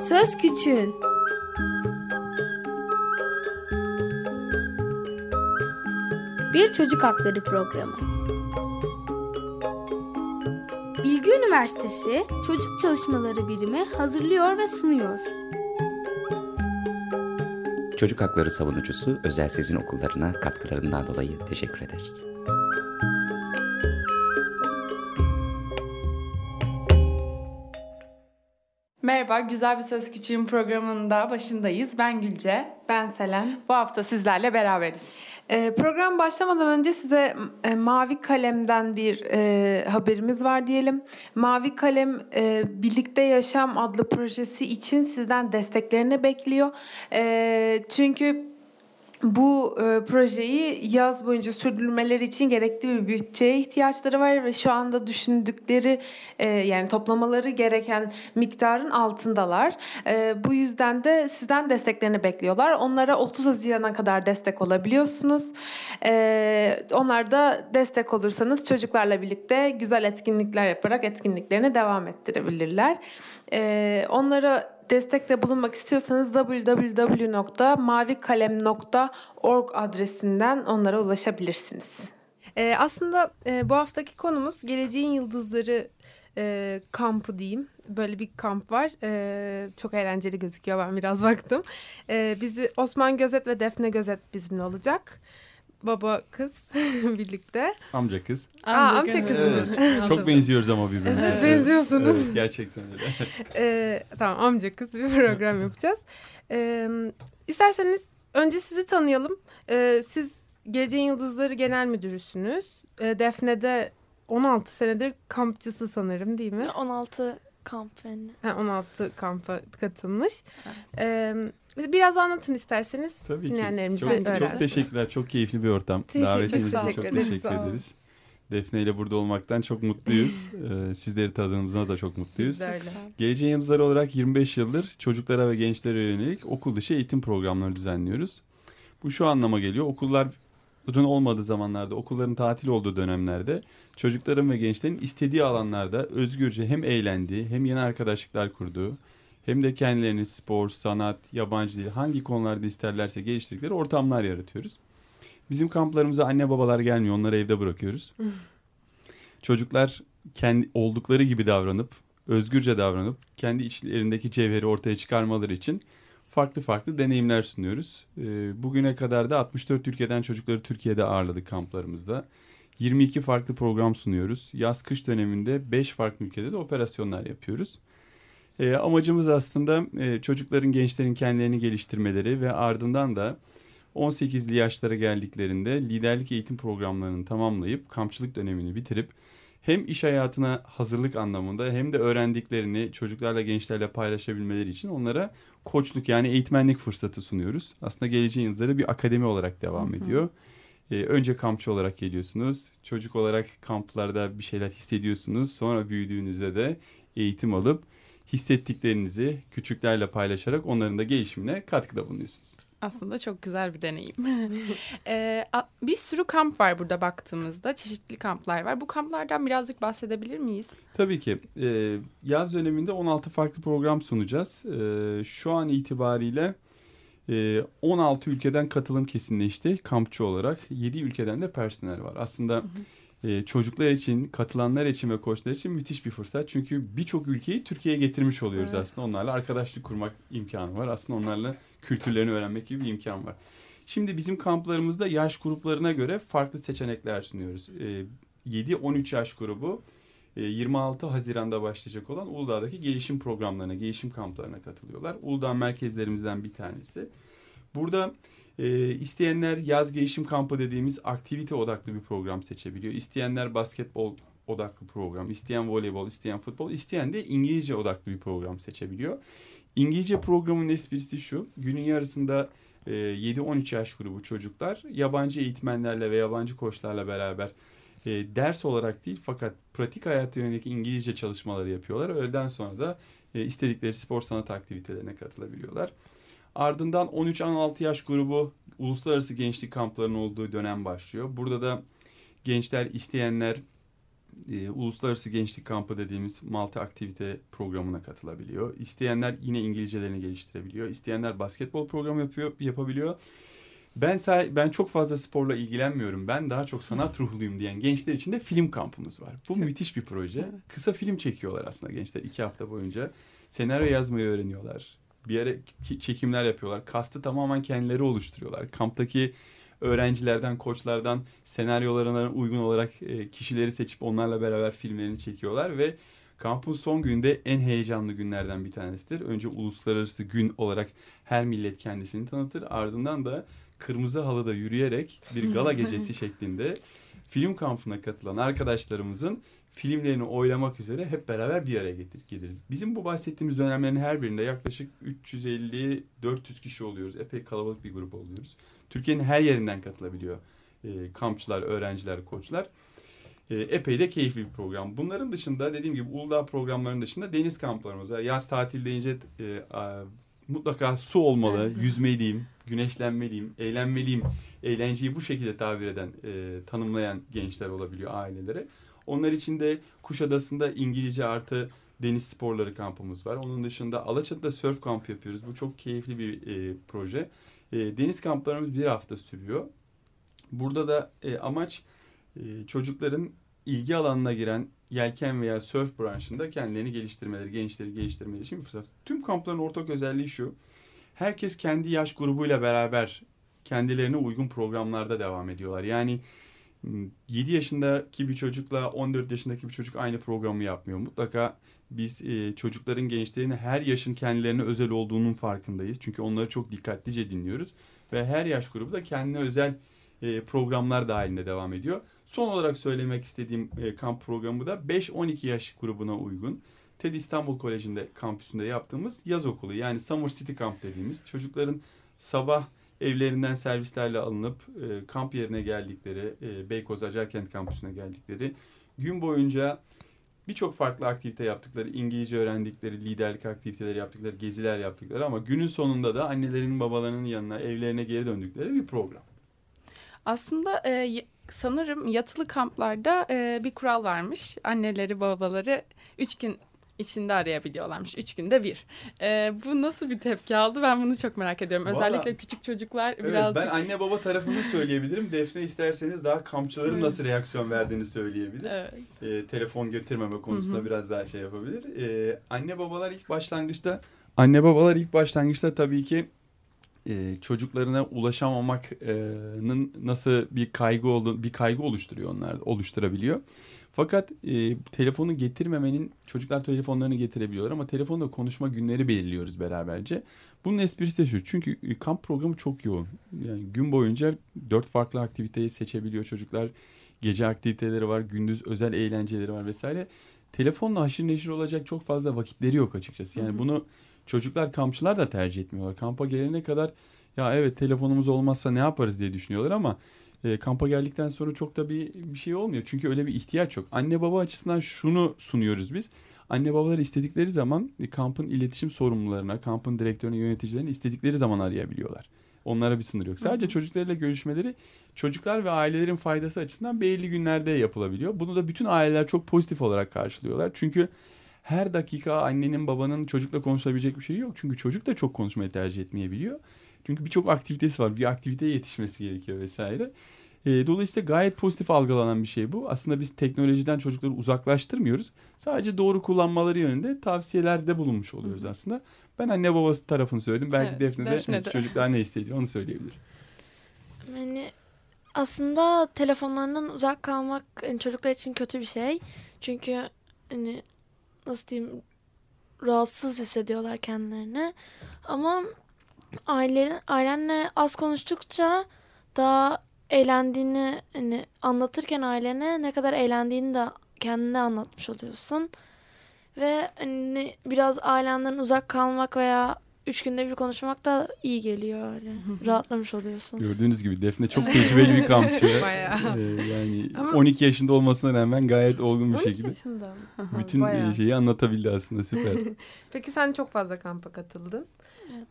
Söz Küçüğün. Bir çocuk hakları programı. Bilgi Üniversitesi Çocuk Çalışmaları Birimi hazırlıyor ve sunuyor. Çocuk hakları savunucusu Özel Sezin Okullarına katkılarından dolayı teşekkür ederiz. Merhaba, Güzel Bir Söz Küçüğün programında başındayız. Ben Gülce. Ben Selen. Bu hafta sizlerle beraberiz. Program başlamadan önce size Mavi Kalem'den bir haberimiz var diyelim. Mavi Kalem Birlikte Yaşam adlı projesi için sizden desteklerini bekliyor. Çünkü bu projeyi yaz boyunca sürdürmeleri için gerekli bir bütçeye ihtiyaçları var ve şu anda düşündükleri yani toplamaları gereken miktarın altındalar. Bu yüzden de sizden desteklerini bekliyorlar. Onlara 30 Haziran'a kadar destek olabiliyorsunuz. Onlar da destek olursanız çocuklarla birlikte güzel etkinlikler yaparak etkinliklerini devam ettirebilirler. Onlara destekte bulunmak istiyorsanız www.mavikalem.org adresinden onlara ulaşabilirsiniz. Aslında bu haftaki konumuz Geleceğin Yıldızları kampı diyeyim. Böyle bir kamp var. Çok eğlenceli gözüküyor. Ben biraz baktım. Bizi Osman Gözet ve Defne Gözet bizimle olacak. Baba kız birlikte. Amca kız. Amca kız mı? Evet. Çok benziyoruz ama birbirimize. Evet, benziyorsunuz. Evet, gerçekten öyle. Tamam, amca kız bir program yapacağız. İsterseniz önce sizi tanıyalım. Siz Geleceğin Yıldızları Genel Müdürüsünüz. Defne'de 16 senedir kampçısı sanırım, değil mi? 16 kamp yani. 16 kampa katılmış. Evet. Biraz anlatın isterseniz. Tabii ki. Çok teşekkürler. Çok keyifli bir ortam. Davetiniz için çok teşekkür ederiz. Defne ile burada olmaktan çok mutluyuz. Sizleri tanıdığımızda da çok mutluyuz. Geleceğin Yıldızları olarak 25 yıldır çocuklara ve gençlere yönelik okul dışı eğitim programları düzenliyoruz. Bu şu anlama geliyor. Okulların olmadığı zamanlarda, okulların tatil olduğu dönemlerde çocukların ve gençlerin istediği alanlarda özgürce hem eğlendiği hem yeni arkadaşlıklar kurduğu hem de kendilerini spor, sanat, yabancı dil hangi konularda isterlerse geliştirdikleri ortamlar yaratıyoruz. Bizim kamplarımıza anne babalar gelmiyor, onları evde bırakıyoruz. Çocuklar kendi oldukları gibi davranıp, özgürce davranıp kendi içlerindeki cevheri ortaya çıkarmaları için farklı deneyimler sunuyoruz. Bugüne kadar da 64 ülkeden çocukları Türkiye'de ağırladık kamplarımızda. 22 farklı program sunuyoruz. Yaz-kış döneminde 5 farklı ülkede de operasyonlar yapıyoruz. Amacımız aslında çocukların, gençlerin kendilerini geliştirmeleri ve ardından da 18'li yaşlara geldiklerinde liderlik eğitim programlarını tamamlayıp kampçılık dönemini bitirip hem iş hayatına hazırlık anlamında hem de öğrendiklerini çocuklarla, gençlerle paylaşabilmeleri için onlara koçluk yani eğitmenlik fırsatı sunuyoruz. Aslında Geleceğin Yıldızları bir akademi olarak devam ediyor. Önce kampçı olarak geliyorsunuz. Çocuk olarak kamplarda bir şeyler hissediyorsunuz. Sonra büyüdüğünüzde de eğitim alıp hissettiklerinizi küçüklerle paylaşarak onların da gelişimine katkıda bulunuyorsunuz. Aslında çok güzel bir deneyim. Bir sürü kamp var burada baktığımızda. Çeşitli kamplar var. Bu kamplardan birazcık bahsedebilir miyiz? Tabii ki. Yaz döneminde 16 farklı program sunacağız. Şu an itibariyle 16 ülkeden katılım kesinleşti kampçı olarak. 7 ülkeden de personel var. Aslında çocuklar için, katılanlar için ve koçlar için müthiş bir fırsat. Çünkü birçok ülkeyi Türkiye'ye getirmiş oluyoruz aslında. Onlarla arkadaşlık kurmak imkanı var. Aslında onlarla kültürlerini öğrenmek gibi bir imkan var. Şimdi bizim kamplarımızda yaş gruplarına göre farklı seçenekler sunuyoruz. 7-13 yaş grubu 26 Haziran'da başlayacak olan Uludağ'daki gelişim programlarına, gelişim kamplarına katılıyorlar. Uludağ merkezlerimizden bir tanesi. Burada isteyenler yaz gelişim kampı dediğimiz aktivite odaklı bir program seçebiliyor. İsteyenler basketbol odaklı program, isteyen voleybol, isteyen futbol, isteyen de İngilizce odaklı bir program seçebiliyor. İngilizce programın esprisi şu: günün yarısında 7-13 yaş grubu çocuklar yabancı eğitmenlerle ve yabancı koçlarla beraber ders olarak değil fakat pratik hayata yönelik İngilizce çalışmaları yapıyorlar. Öğleden sonra da istedikleri spor sanat aktivitelerine katılabiliyorlar. Ardından 13-16 yaş grubu uluslararası gençlik kamplarının olduğu dönem başlıyor. Burada da gençler, isteyenler Uluslararası Gençlik Kampı dediğimiz multi aktivite programına katılabiliyor. İsteyenler yine İngilizcelerini geliştirebiliyor. İsteyenler basketbol programı yapabiliyor. Ben çok fazla sporla ilgilenmiyorum. Ben daha çok sanat ruhluyum diyen gençler için de film kampımız var. Bu müthiş bir proje. Evet. Kısa film çekiyorlar aslında gençler 2 hafta boyunca. Senaryo yazmayı öğreniyorlar. Bir ara çekimler yapıyorlar. Kastı tamamen kendileri oluşturuyorlar. Kamptaki öğrencilerden, koçlardan senaryolarına uygun olarak kişileri seçip onlarla beraber filmlerini çekiyorlar ve kampın son günde en heyecanlı günlerden bir tanesidir. Önce uluslararası gün olarak her millet kendisini tanıtır. Ardından da kırmızı halıda yürüyerek bir gala gecesi şeklinde film kampına katılan arkadaşlarımızın filmlerini oylamak üzere hep beraber bir araya geliriz. Bizim bu bahsettiğimiz dönemlerin her birinde yaklaşık 350-400 kişi oluyoruz. Epey kalabalık bir grup oluyoruz. Türkiye'nin her yerinden katılabiliyor kampçılar, öğrenciler, koçlar. Epey de keyifli bir program. Bunların dışında dediğim gibi Uludağ programlarının dışında deniz kamplarımız var. Yaz tatil deyince mutlaka su olmalı, yüzmeliyim, güneşlenmeliyim, eğlenmeliyim. Eğlenceyi bu şekilde tabir eden, tanımlayan gençler olabiliyor ailelere. Onlar için de Kuşadası'nda İngilizce artı deniz sporları kampımız var. Onun dışında Alaçatı'da surf kamp yapıyoruz. Bu çok keyifli bir proje. Deniz kamplarımız 1 hafta sürüyor. Burada da amaç çocukların ilgi alanına giren yelken veya surf branşında kendilerini geliştirmeleri, gençleri geliştirmeleri için bir fırsat. Tüm kampların ortak özelliği şu. Herkes kendi yaş grubuyla beraber kendilerine uygun programlarda devam ediyorlar. Yani 7 yaşındaki bir çocukla 14 yaşındaki bir çocuk aynı programı yapmıyor. Mutlaka biz çocukların, gençlerin her yaşın kendilerine özel olduğunun farkındayız. Çünkü onları çok dikkatlice dinliyoruz. Ve her yaş grubu da kendine özel programlar dahilinde devam ediyor. Son olarak söylemek istediğim kamp programı da 5-12 yaş grubuna uygun. TED İstanbul Koleji'nde kampüsünde yaptığımız yaz okulu, yani Summer City Camp dediğimiz, çocukların sabah evlerinden servislerle alınıp kamp yerine geldikleri, Beykoz Acarkent kampüsüne geldikleri, gün boyunca birçok farklı aktivite yaptıkları, İngilizce öğrendikleri, liderlik aktiviteleri yaptıkları, geziler yaptıkları ama günün sonunda da annelerinin, babalarının yanına, evlerine geri döndükleri bir program. Aslında sanırım yatılı kamplarda bir kural varmış. Anneleri, babaları 3 gün içinde arayabiliyorlarmış. 3 günde bir. Bu nasıl bir tepki aldı? Ben bunu çok merak ediyorum. Özellikle küçük çocuklar birazcık... Ben anne baba tarafını söyleyebilirim. Defne isterseniz daha kampçıların nasıl reaksiyon verdiğini söyleyebilir. Evet. Telefon götürmeme konusunda biraz daha şey yapabilir. Anne babalar ilk başlangıçta tabii ki çocuklarına ulaşamamak'nın nasıl bir kaygı oluşturabiliyor. Fakat telefonu getirmemenin, çocuklar telefonlarını getirebiliyorlar ama telefonla konuşma günleri belirliyoruz beraberce. Bunun esprisi de şu: çünkü kamp programı çok yoğun. Yani gün boyunca 4 farklı aktiviteyi seçebiliyor çocuklar. Gece aktiviteleri var, gündüz özel eğlenceleri var vesaire. Telefonla haşır neşir olacak çok fazla vakitleri yok açıkçası. Yani bunu çocuklar, kampçılar da tercih etmiyorlar. Kampa gelene kadar ya evet telefonumuz olmazsa ne yaparız diye düşünüyorlar ama kampa geldikten sonra çok da bir şey olmuyor. Çünkü öyle bir ihtiyaç yok. Anne baba açısından şunu sunuyoruz biz. Anne babalar istedikleri zaman kampın iletişim sorumlularına, kampın direktörüne, yöneticilerine istedikleri zaman arayabiliyorlar. Onlara bir sınır yok. Sadece çocuklarıyla görüşmeleri çocuklar ve ailelerin faydası açısından belirli günlerde yapılabiliyor. Bunu da bütün aileler çok pozitif olarak karşılıyorlar. Çünkü her dakika annenin, babanın çocukla konuşabilecek bir şey yok. Çünkü çocuk da çok konuşmayı tercih etmeyebiliyor. Çünkü birçok aktivitesi var. Bir aktiviteye yetişmesi gerekiyor vesaire. Dolayısıyla gayet pozitif algılanan bir şey bu. Aslında biz teknolojiden çocukları uzaklaştırmıyoruz. Sadece doğru kullanmaları yönünde tavsiyelerde bulunmuş oluyoruz aslında. Ben anne babası tarafını söyledim. Belki Defne de çocuklar ne istediği onu söyleyebilir. Yani aslında telefonlarından uzak kalmak çocuklar için kötü bir şey. Çünkü hani nasıl diyeyim, rahatsız hissediyorlar kendilerini. Ama ailenle az konuştukça daha eğlendiğini, hani anlatırken ailene ne kadar eğlendiğini de kendine anlatmış oluyorsun. Ve hani biraz ailenden uzak kalmak veya 3 günde bir konuşmak da iyi geliyor öyle. Rahatlamış oluyorsun. Gördüğünüz gibi Defne çok tecrübeli bir kampçı. Yani ama 12 yaşında olmasına rağmen gayet olgun bir şekilde bütün şeyi anlatabildi aslında, süper. Peki sen çok fazla kampa katıldın. Evet.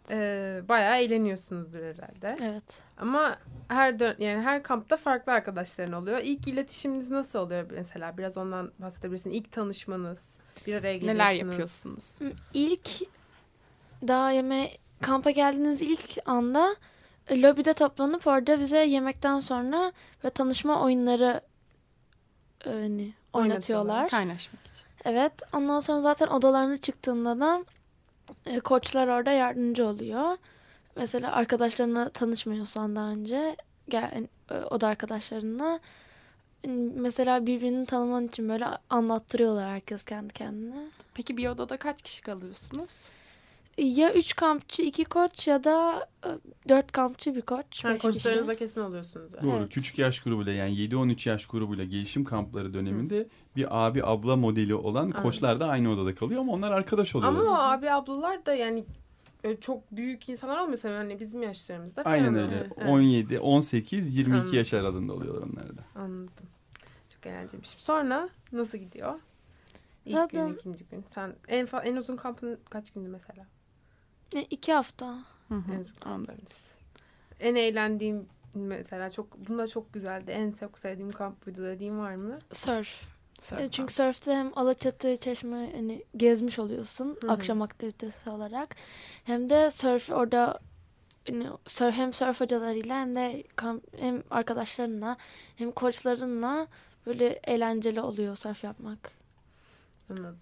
Bayağı eğleniyorsunuzdur herhalde. Evet. Ama her kampta farklı arkadaşların oluyor. İlk iletişiminiz nasıl oluyor mesela? Biraz ondan bahsedebilirsin. İlk tanışmanız, bir araya geliyorsunuz. Neler yapıyorsunuz? İlk daha kampa geldiğiniz ilk anda lobide toplanıp orada bize yemekten sonra ve tanışma oyunları oynatıyorlar. Kaynaşmak için. Evet. Ondan sonra zaten odalarına çıktığında da koçlar orada yardımcı oluyor. Mesela arkadaşlarına tanışmıyorsan daha önce oda arkadaşlarına mesela birbirini tanıman için böyle anlattırıyorlar herkes kendi kendine. Peki bir odada kaç kişi kalıyorsunuz? Ya 3 kampçı 2 koç ya da 4 kampçı 1 koç. Koçlarınızla kesin oluyorsunuz. Doğru. Evet. Küçük yaş grubuyla yani 7-13 yaş grubuyla gelişim kampları döneminde bir abi abla modeli olan koçlar da aynı odada kalıyor ama onlar arkadaş oluyorlar. Ama o abi ablalar da yani çok büyük insanlar olmuyorsa yani bizim yaşlarımızda falan. Aynen öyle. Evet. 17, 18, 22 yaş aralığında oluyorlar onlar da. Anladım. Çok eğlenceliymiş. Sonra nasıl gidiyor? İlk gün, ikinci gün. Sen en uzun kampın kaç gündü mesela? 2 hafta. En uzun kamplarınız. En eğlendiğim mesela bunda çok güzeldi. En çok sevdiğim kamp buydu dediğim var mı? Surf. Çünkü surf'te hem Alaçatı, Çeşme gezmiş oluyorsun akşam aktivitesi olarak. Hem de surf orada hem surf hocalarıyla hem de hem arkadaşlarınla hem koçlarınla böyle eğlenceli oluyor surf yapmak. Anladım.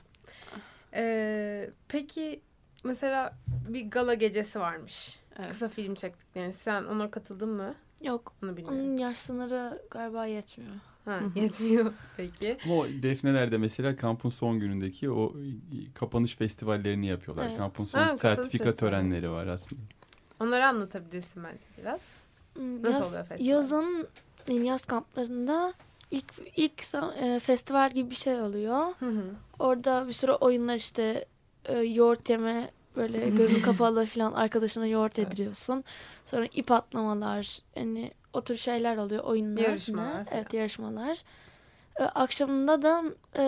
Peki mesela bir gala gecesi varmış. Evet. Kısa film çektiklerini. Sen ona katıldın mı? Yok. Onu bilmiyorum. Onun yaş sınırı galiba yetmiyor. Yetmiyor. Peki. O Defneler'de mesela kampın son günündeki o kapanış festivallerini yapıyorlar. Evet. Kampın son sertifika törenleri var aslında. Onları anlatabilirsin bence biraz. Nasıl oluyor festival? Yazın yaz kamplarında ilk festival gibi bir şey oluyor. Orada bir sürü oyunlar işte yoğurt yeme böyle gözün kapalı falan arkadaşına yoğurt yediriyorsun. Sonra ip atlamalar yani o tür şeyler oluyor oyunlar. Yarışmalar. Evet yarışmalar. Akşamında da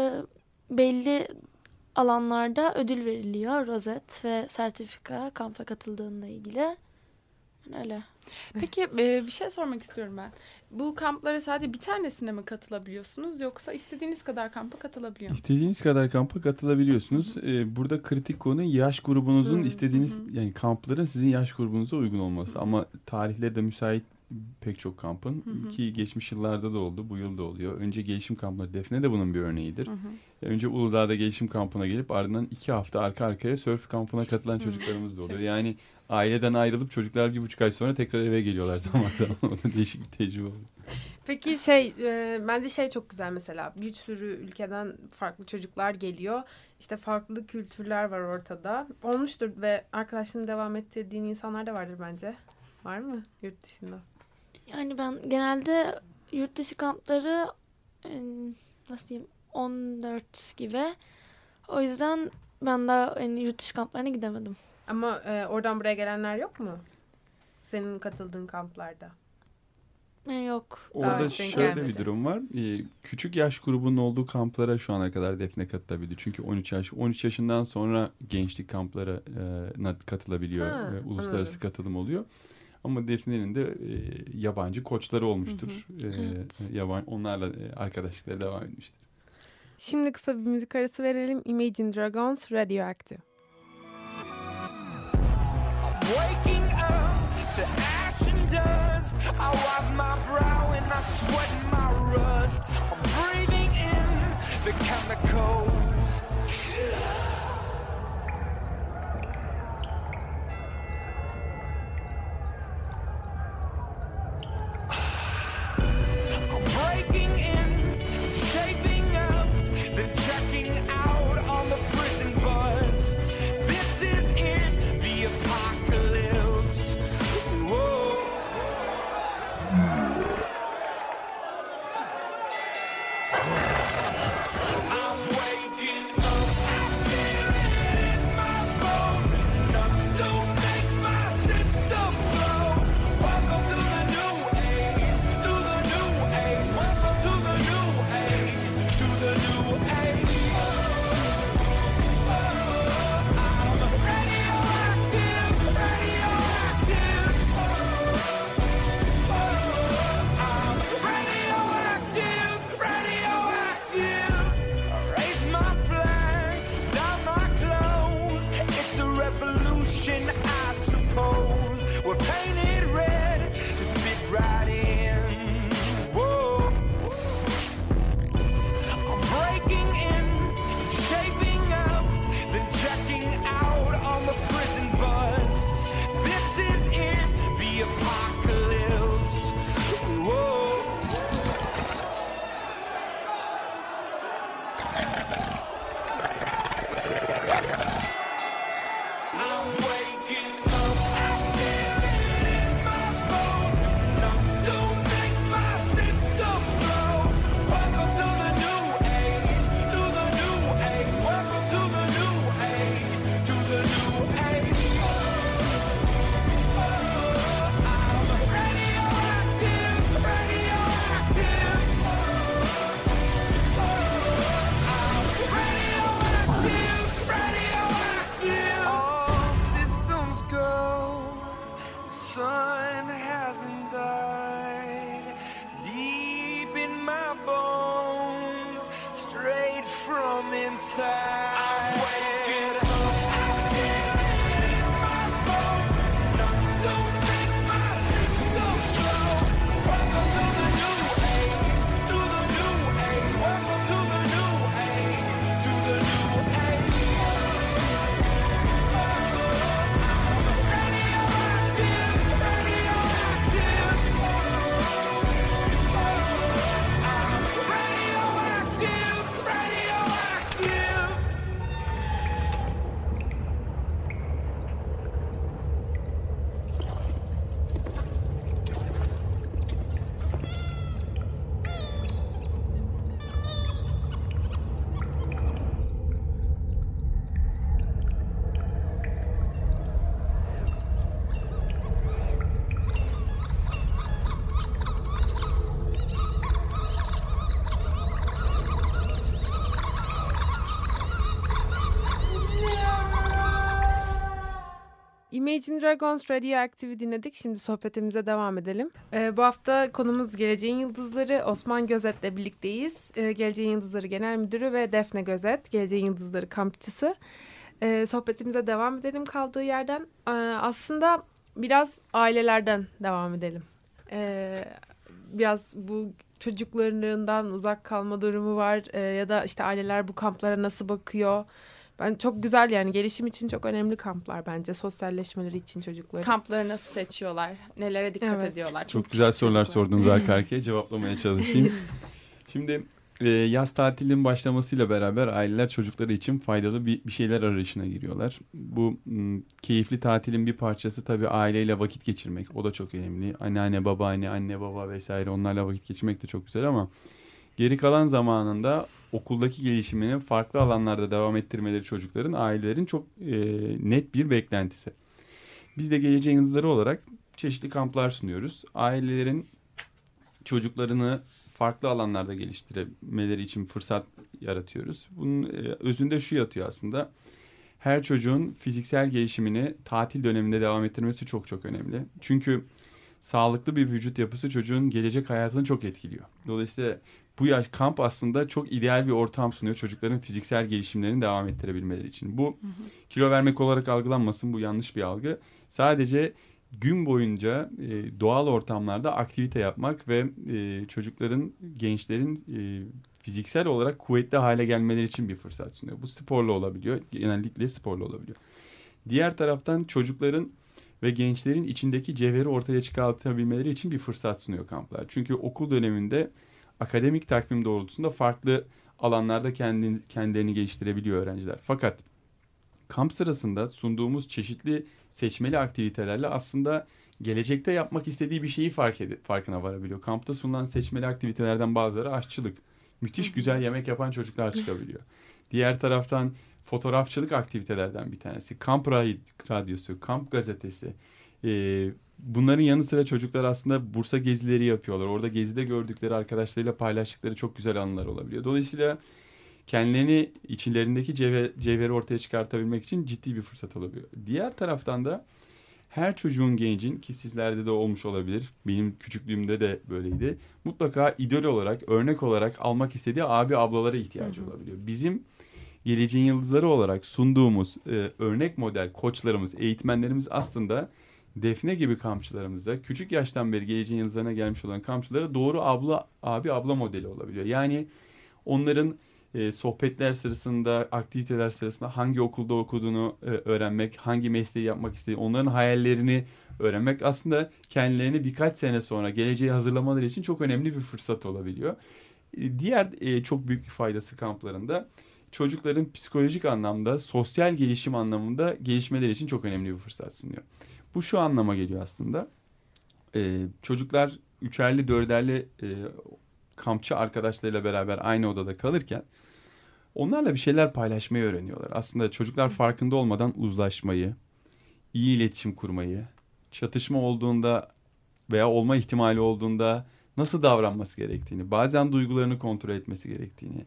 belli alanlarda ödül veriliyor. Rozet ve sertifika kampa katıldığınla ilgili. Öyle. Peki bir şey sormak istiyorum ben. Bu kamplara sadece bir tanesine mi katılabiliyorsunuz yoksa istediğiniz kadar kampa katılabiliyor musunuz? İstediğiniz kadar kampa katılabiliyorsunuz. Burada kritik konu yaş grubunuzun istediğiniz yani kampların sizin yaş grubunuza uygun olması. Ama tarihleri de müsait pek çok kampın ki geçmiş yıllarda da oldu, bu yıl da oluyor. Önce gelişim kampları, Defne de bunun bir örneğidir. Önce Uludağ'da gelişim kampına gelip ardından 2 hafta arka arkaya surf kampına katılan çocuklarımız da oluyor. Yani aileden ayrılıp çocuklar 1,5 ay sonra tekrar eve geliyorlar zaman zaman. Değişik bir tecrübe oluyor. Peki bence çok güzel mesela. Bir sürü ülkeden farklı çocuklar geliyor. İşte farklı kültürler var ortada. Olmuştur ve arkadaşlığını devam ettirdiğin insanlar da vardır bence. Var mı yurt dışında? Yani ben genelde yurt dışı kampları nasıl diyeyim 14 gibi. O yüzden ben daha yurt dışı kamplarına gidemedim. Ama oradan buraya gelenler yok mu? Senin katıldığın kamplarda. Yok. Orada şöyle bir durum var. Küçük yaş grubunun olduğu kamplara şu ana kadar Defne katılabildi. Çünkü 13 yaşından sonra gençlik kamplarına katılabiliyor. Uluslararası katılım oluyor. Ama Defne'nin de yabancı koçları olmuştur. Evet. Onlarla arkadaşlıkları devam etmiştir. Şimdi kısa bir müzik arası verelim. Imagine Dragons Radioactive. Waking up to ash and dust. I wipe my brow and I sweat my rust. I'm breathing in the chemicals. bones, straight from inside. I'm waking up. Imagine Dragons Radioactive'i dinledik. Şimdi sohbetimize devam edelim. Bu hafta konumuz Geleceğin Yıldızları. Osman Gözet'le birlikteyiz. Geleceğin Yıldızları Genel Müdürü ve Defne Gözet, Geleceğin Yıldızları kampçısı. Sohbetimize devam edelim kaldığı yerden. Aslında biraz ailelerden devam edelim. Biraz bu çocuklarından uzak kalma durumu var. Ya da işte aileler bu kamplara nasıl bakıyor? Ben çok güzel, yani gelişim için çok önemli kamplar bence. Sosyalleşmeleri için çocukların. Kampları nasıl seçiyorlar? Nelere dikkat ediyorlar? Çok güzel sorular sordunuz arka arkaya. Cevaplamaya çalışayım. Şimdi yaz tatilinin başlamasıyla beraber aileler çocukları için faydalı bir şeyler arayışına giriyorlar. Bu keyifli tatilin bir parçası tabii aileyle vakit geçirmek. O da çok önemli. Anneanne, babaanne, anne, baba vesaire, onlarla vakit geçirmek de çok güzel ama geri kalan zamanında okuldaki gelişimini farklı alanlarda devam ettirmeleri çocukların, ailelerin çok net bir beklentisi. Biz de Geleceğin Yıldızları olarak çeşitli kamplar sunuyoruz. Ailelerin çocuklarını farklı alanlarda geliştirmeleri için fırsat yaratıyoruz. Bunun özünde şu yatıyor aslında. Her çocuğun fiziksel gelişimini tatil döneminde devam ettirmesi çok çok önemli. Çünkü sağlıklı bir vücut yapısı çocuğun gelecek hayatını çok etkiliyor. Dolayısıyla bu yaş kamp aslında çok ideal bir ortam sunuyor çocukların fiziksel gelişimlerini devam ettirebilmeleri için. Bu kilo vermek olarak algılanmasın, bu yanlış bir algı. Sadece gün boyunca doğal ortamlarda aktivite yapmak ve çocukların, gençlerin fiziksel olarak kuvvetli hale gelmeleri için bir fırsat sunuyor. Bu sporla olabiliyor, genellikle sporla olabiliyor. Diğer taraftan çocukların ve gençlerin içindeki cevheri ortaya çıkartabilmeleri için bir fırsat sunuyor kamplar. Çünkü okul döneminde akademik takvim doğrultusunda farklı alanlarda kendilerini geliştirebiliyor öğrenciler. Fakat kamp sırasında sunduğumuz çeşitli seçmeli aktivitelerle aslında gelecekte yapmak istediği bir şeyi farkına varabiliyor. Kampta sunulan seçmeli aktivitelerden bazıları aşçılık. Müthiş güzel yemek yapan çocuklar çıkabiliyor. Diğer taraftan fotoğrafçılık aktivitelerden bir tanesi. Kamp radyosu, kamp gazetesi. Bunların yanı sıra çocuklar aslında Bursa gezileri yapıyorlar. Orada gezide gördükleri, arkadaşlarıyla paylaştıkları çok güzel anılar olabiliyor. Dolayısıyla kendilerini, içlerindeki cevheri ortaya çıkartabilmek için ciddi bir fırsat olabiliyor. Diğer taraftan da her çocuğun, gencin, ki sizlerde de olmuş olabilir, benim küçüklüğümde de böyleydi, mutlaka idol olarak, örnek olarak almak istediği abi ablalara ihtiyacı olabiliyor. Bizim Geleceğin Yıldızları olarak sunduğumuz örnek model koçlarımız, eğitmenlerimiz aslında Defne gibi kampçılarımıza, küçük yaştan beri Geleceğin Yıldızlarına gelmiş olan kampçılara doğru abi abla modeli olabiliyor. Yani onların sohbetler sırasında, aktiviteler sırasında hangi okulda okuduğunu öğrenmek, hangi mesleği yapmak istediğini, onların hayallerini öğrenmek aslında kendilerini birkaç sene sonra geleceğe hazırlamaları için çok önemli bir fırsat olabiliyor. Diğer çok büyük bir faydası kamplarında çocukların psikolojik anlamda, sosyal gelişim anlamında gelişmeleri için çok önemli bir fırsat sunuyor. Bu şu anlama geliyor aslında. Çocuklar üçerli, dörderli kampçı arkadaşlarıyla beraber aynı odada kalırken onlarla bir şeyler paylaşmayı öğreniyorlar. Aslında çocuklar farkında olmadan uzlaşmayı, iyi iletişim kurmayı, çatışma olduğunda veya olma ihtimali olduğunda nasıl davranması gerektiğini, bazen duygularını kontrol etmesi gerektiğini,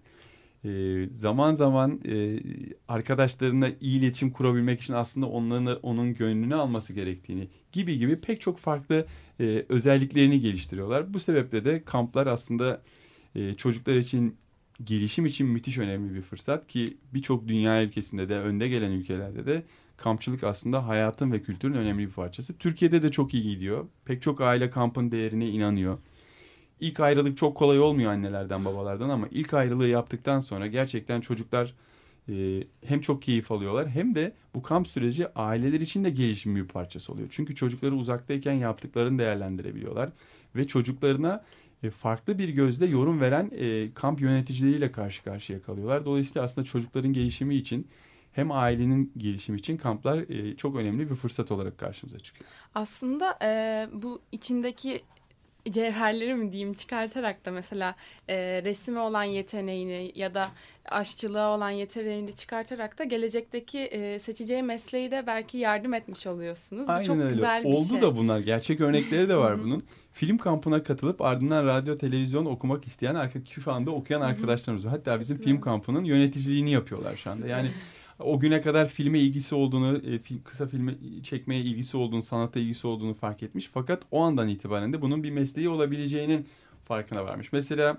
zaman zaman arkadaşlarına iyi iletişim kurabilmek için aslında onun gönlünü alması gerektiğini gibi pek çok farklı özelliklerini geliştiriyorlar. Bu sebeple de kamplar aslında çocuklar için, gelişim için müthiş önemli bir fırsat ki birçok dünya ülkesinde de, önde gelen ülkelerde de kampçılık aslında hayatın ve kültürün önemli bir parçası. Türkiye'de de çok iyi gidiyor. Pek çok aile kampın değerine inanıyor. İlk ayrılık çok kolay olmuyor annelerden, babalardan, ama ilk ayrılığı yaptıktan sonra gerçekten çocuklar hem çok keyif alıyorlar hem de bu kamp süreci aileler için de gelişim bir parçası oluyor. Çünkü çocukları uzaktayken yaptıklarını değerlendirebiliyorlar ve çocuklarına farklı bir gözle yorum veren kamp yöneticileriyle karşı karşıya kalıyorlar. Dolayısıyla aslında çocukların gelişimi için hem ailenin gelişimi için kamplar çok önemli bir fırsat olarak karşımıza çıkıyor. Aslında bu içindeki cevherleri mi diyeyim çıkartarak da mesela resime olan yeteneğini ya da aşçılığa olan yeteneğini çıkartarak da gelecekteki seçeceği mesleği de belki yardım etmiş oluyorsunuz. Aynen bu çok öyle. güzel bir Oldu şey. da bunlar. Gerçek örnekleri de var bunun. Film kampına katılıp ardından radyo, televizyon okumak isteyen, şu anda okuyan arkadaşlarımız var. Hatta bizim film kampının yöneticiliğini yapıyorlar şu anda. Yani o güne kadar filme ilgisi olduğunu, kısa filme çekmeye ilgisi olduğunu, sanata ilgisi olduğunu fark etmiş. Fakat o andan itibaren de bunun bir mesleği olabileceğinin farkına varmış. Mesela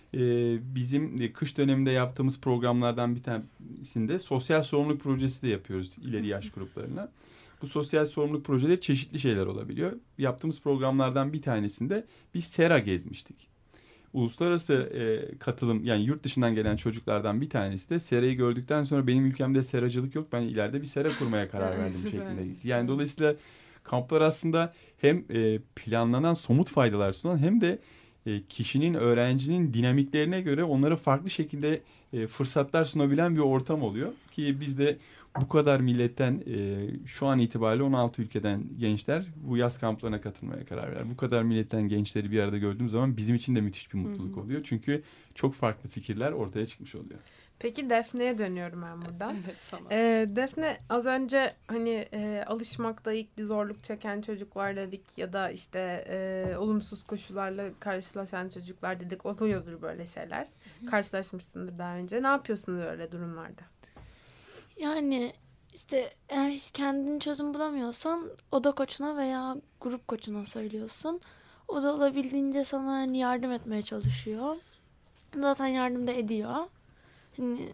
bizim kış döneminde yaptığımız programlardan bir tanesinde sosyal sorumluluk projesi de yapıyoruz ileri yaş gruplarına. Bu sosyal sorumluluk projeleri çeşitli şeyler olabiliyor. Yaptığımız programlardan bir tanesinde bir sera gezmiştik. Uluslararası katılım, yani yurt dışından gelen çocuklardan bir tanesi de serayı gördükten sonra benim ülkemde seracılık yok, ben ileride bir sera kurmaya karar verdim şeklinde gitti. Yani dolayısıyla kamplar aslında hem planlanan somut faydalar sunan hem de kişinin, öğrencinin dinamiklerine göre onlara farklı şekilde fırsatlar sunabilen bir ortam oluyor. Ki biz de bu kadar milletten şu an itibariyle 16 ülkeden gençler bu yaz kamplarına katılmaya karar verdi. Bu kadar milletten gençleri bir arada gördüğümüz zaman bizim için de müthiş bir mutluluk oluyor. Çünkü çok farklı fikirler ortaya çıkmış oluyor. Peki Defne'ye dönüyorum ben buradan. Evet, sana. Defne, az önce hani alışmakta ilk bir zorluk çeken çocuklar dedik ya da işte olumsuz koşullarla karşılaşan çocuklar dedik. Oluyordur böyle şeyler. Karşılaşmışsındır daha önce. Ne yapıyorsunuz öyle durumlarda? Yani işte eğer kendin çözüm bulamıyorsan oda koçuna veya grup koçuna söylüyorsun. O da olabildiğince sana hani yardım etmeye çalışıyor. Zaten yardım da ediyor. Hani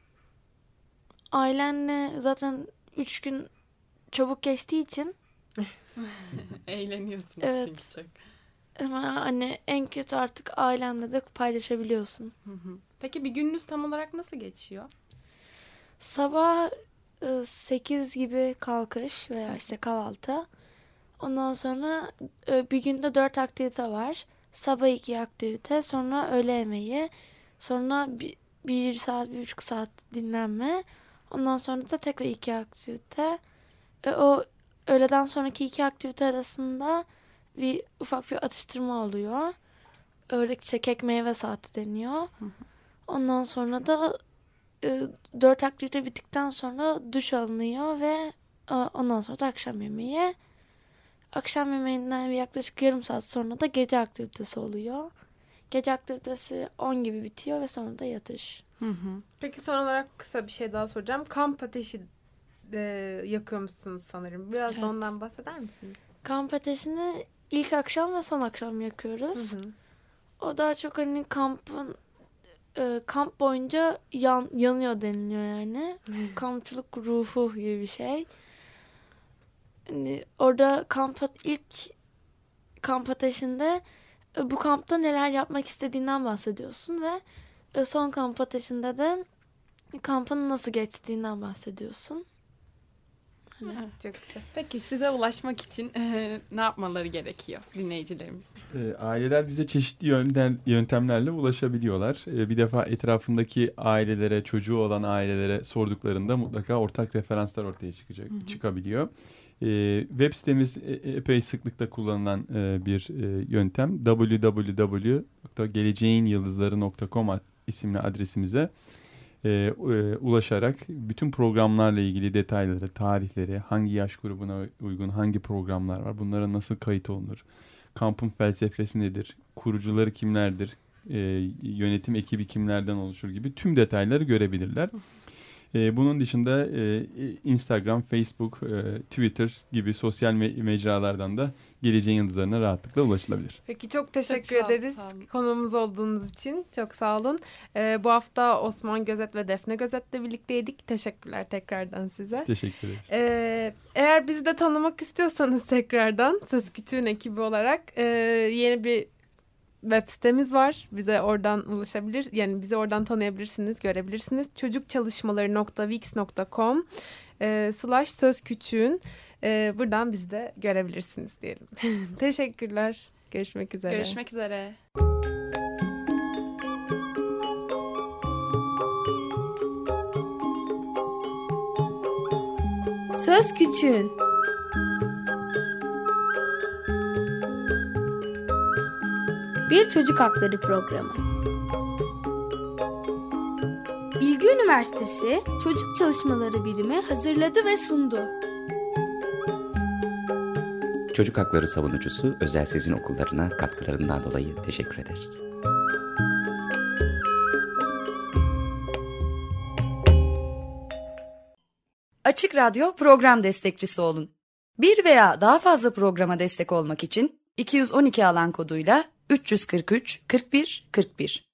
ailenle zaten 3 gün çabuk geçtiği için Eğleniyorsunuz evet. çünkü çok. Ama hani en kötü artık ailenle de paylaşabiliyorsun. Peki bir gününüz tam olarak nasıl geçiyor? Sabah 8 gibi kalkış veya işte kahvaltı. Ondan sonra bir günde 4 aktivite var. Sabah 2 aktivite, sonra öğle yemeği, sonra 1 saat, 1,5 saat dinlenme. Ondan sonra da tekrar 2 aktivite. O öğleden sonraki 2 aktivite arasında ufak bir atıştırma oluyor. Öyle işte kek meyve saati deniyor. Ondan sonra da 4 aktivite bittikten sonra duş alınıyor ve ondan sonra da akşam yemeği. Akşam yemeğinden yaklaşık yarım saat sonra da gece aktivitesi oluyor. Gece aktivitesi 10 gibi bitiyor ve sonra da yatış. Peki son olarak kısa bir şey daha soracağım. Kamp ateşi yakıyor musunuz sanırım? Biraz Evet. da ondan bahseder misiniz? Kamp ateşini ilk akşam ve son akşam yakıyoruz. O daha çok hani kamp boyunca yanıyor deniliyor yani. Kampçılık ruhu gibi bir şey. Hani orada ilk kamp ateşinde bu kampta neler yapmak istediğinden bahsediyorsun ve son kamp ateşinde de kampın nasıl geçtiğinden bahsediyorsun. Çok güzel. Peki size ulaşmak için ne yapmaları gerekiyor dinleyicilerimiz? Aileler bize çeşitli yöntemlerle ulaşabiliyorlar. Bir defa etrafındaki ailelere, çocuğu olan ailelere sorduklarında mutlaka ortak referanslar ortaya çıkabiliyor. Web sitemiz epey sıklıkla kullanılan bir yöntem. www.geleceğinyıldızları.com isimli adresimize ulaşarak bütün programlarla ilgili detayları, tarihleri, hangi yaş grubuna uygun hangi programlar var, bunlara nasıl kayıt olunur, kampın felsefesi nedir, kurucuları kimlerdir, yönetim ekibi kimlerden oluşur gibi tüm detayları görebilirler. Bunun dışında Instagram, Facebook, Twitter gibi sosyal mecralardan da Geleceğin Yıldızlarına rahatlıkla ulaşılabilir. Peki çok teşekkür ederiz konuğumuz olduğunuz için. Çok sağ olun. Bu hafta Osman Gözet ve Defne Gözet'le birlikteydik. Teşekkürler tekrardan size. Biz teşekkür ederiz. Eğer bizi de tanımak istiyorsanız tekrardan Söz Küçüğün ekibi olarak yeni bir web sitemiz var. Bize oradan ulaşabilir. Yani bizi oradan tanıyabilirsiniz, görebilirsiniz. çocukçalışmaları.wix.com /sözküçüğün buradan bizi de görebilirsiniz diyelim. Teşekkürler. Görüşmek üzere. Görüşmek üzere. Söz Küçüğün. Bir çocuk hakları programı. Bilgi Üniversitesi Çocuk Çalışmaları Birimi hazırladı ve sundu. Çocuk hakları savunucusu Özel Sezin Okullarına katkılarından dolayı teşekkür ederiz. Açık Radyo program destekçisi olun. Bir veya daha fazla programa destek olmak için 212 alan koduyla 343 41 41